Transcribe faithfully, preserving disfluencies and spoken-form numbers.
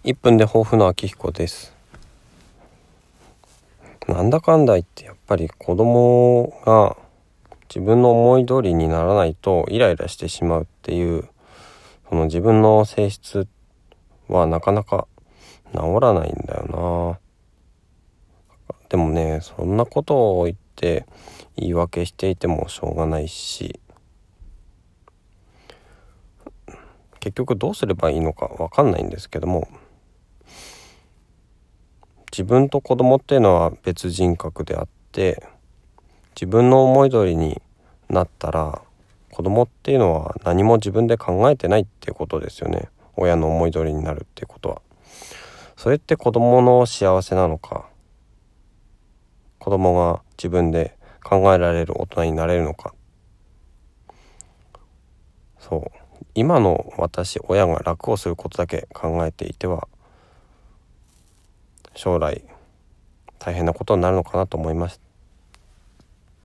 いっぷんで抱負の秋彦です。なんだかんだ言ってやっぱり子供が自分の思い通りにならないとイライラしてしまうっていう、その自分の性質はなかなか治らないんだよな。でもね、そんなことを言って言い訳していてもしょうがないし、結局どうすればいいのかわかんないんですけども、自分と子供っていうのは別人格であって、自分の思い通りになったら子供っていうのは何も自分で考えてないっていうことですよね。親の思い通りになるっていうことは、それって子供の幸せなのか、子供が自分で考えられる大人になれるのか。そう今の私親が楽をすることだけ考えていては将来大変なことになるのかなと思いました。